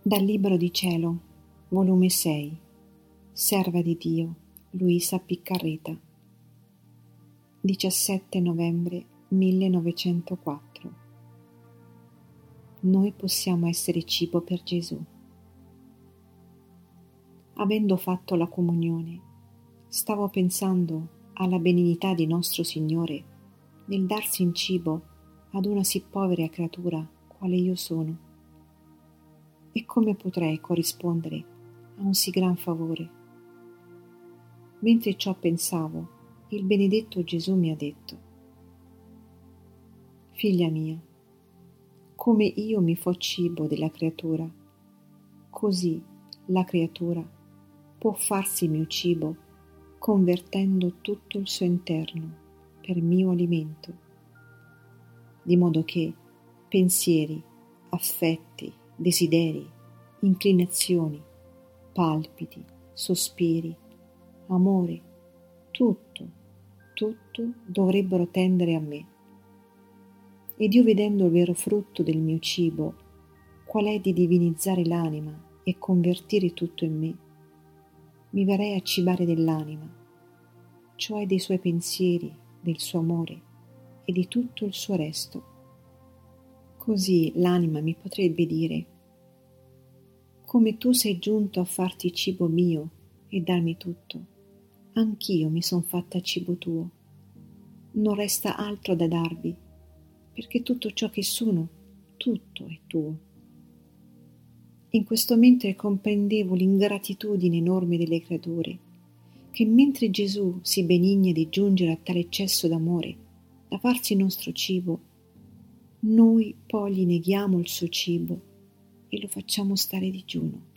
Dal Libro di Cielo, volume 6, Serva di Dio, Luisa Piccarreta, 17 novembre 1904. Noi possiamo essere cibo per Gesù. Avendo fatto la comunione, stavo pensando alla benignità di nostro Signore nel darsi in cibo ad una sì povera creatura quale io sono. E come potrei corrispondere a un sì gran favore? Mentre ciò pensavo, il benedetto Gesù mi ha detto: Figlia mia, come io mi fo cibo della creatura, così la creatura può farsi mio cibo convertendo tutto il suo interno per mio alimento, di modo che pensieri, affetti, desideri, inclinazioni, palpiti, sospiri, amore, tutto dovrebbero tendere a me. Ed io, vedendo il vero frutto del mio cibo, qual è di divinizzare l'anima e convertire tutto in me, mi verrei a cibare dell'anima, cioè dei suoi pensieri, del suo amore e di tutto il suo resto. Così l'anima mi potrebbe dire: come tu sei giunto a farti cibo mio e darmi tutto, anch'io mi son fatta cibo tuo. Non resta altro da darvi, perché tutto ciò che sono, tutto è tuo. In questo mentre comprendevo l'ingratitudine enorme delle creature, che mentre Gesù si benigna di giungere a tale eccesso d'amore da farsi nostro cibo, noi poi gli neghiamo il suo cibo e lo facciamo stare digiuno.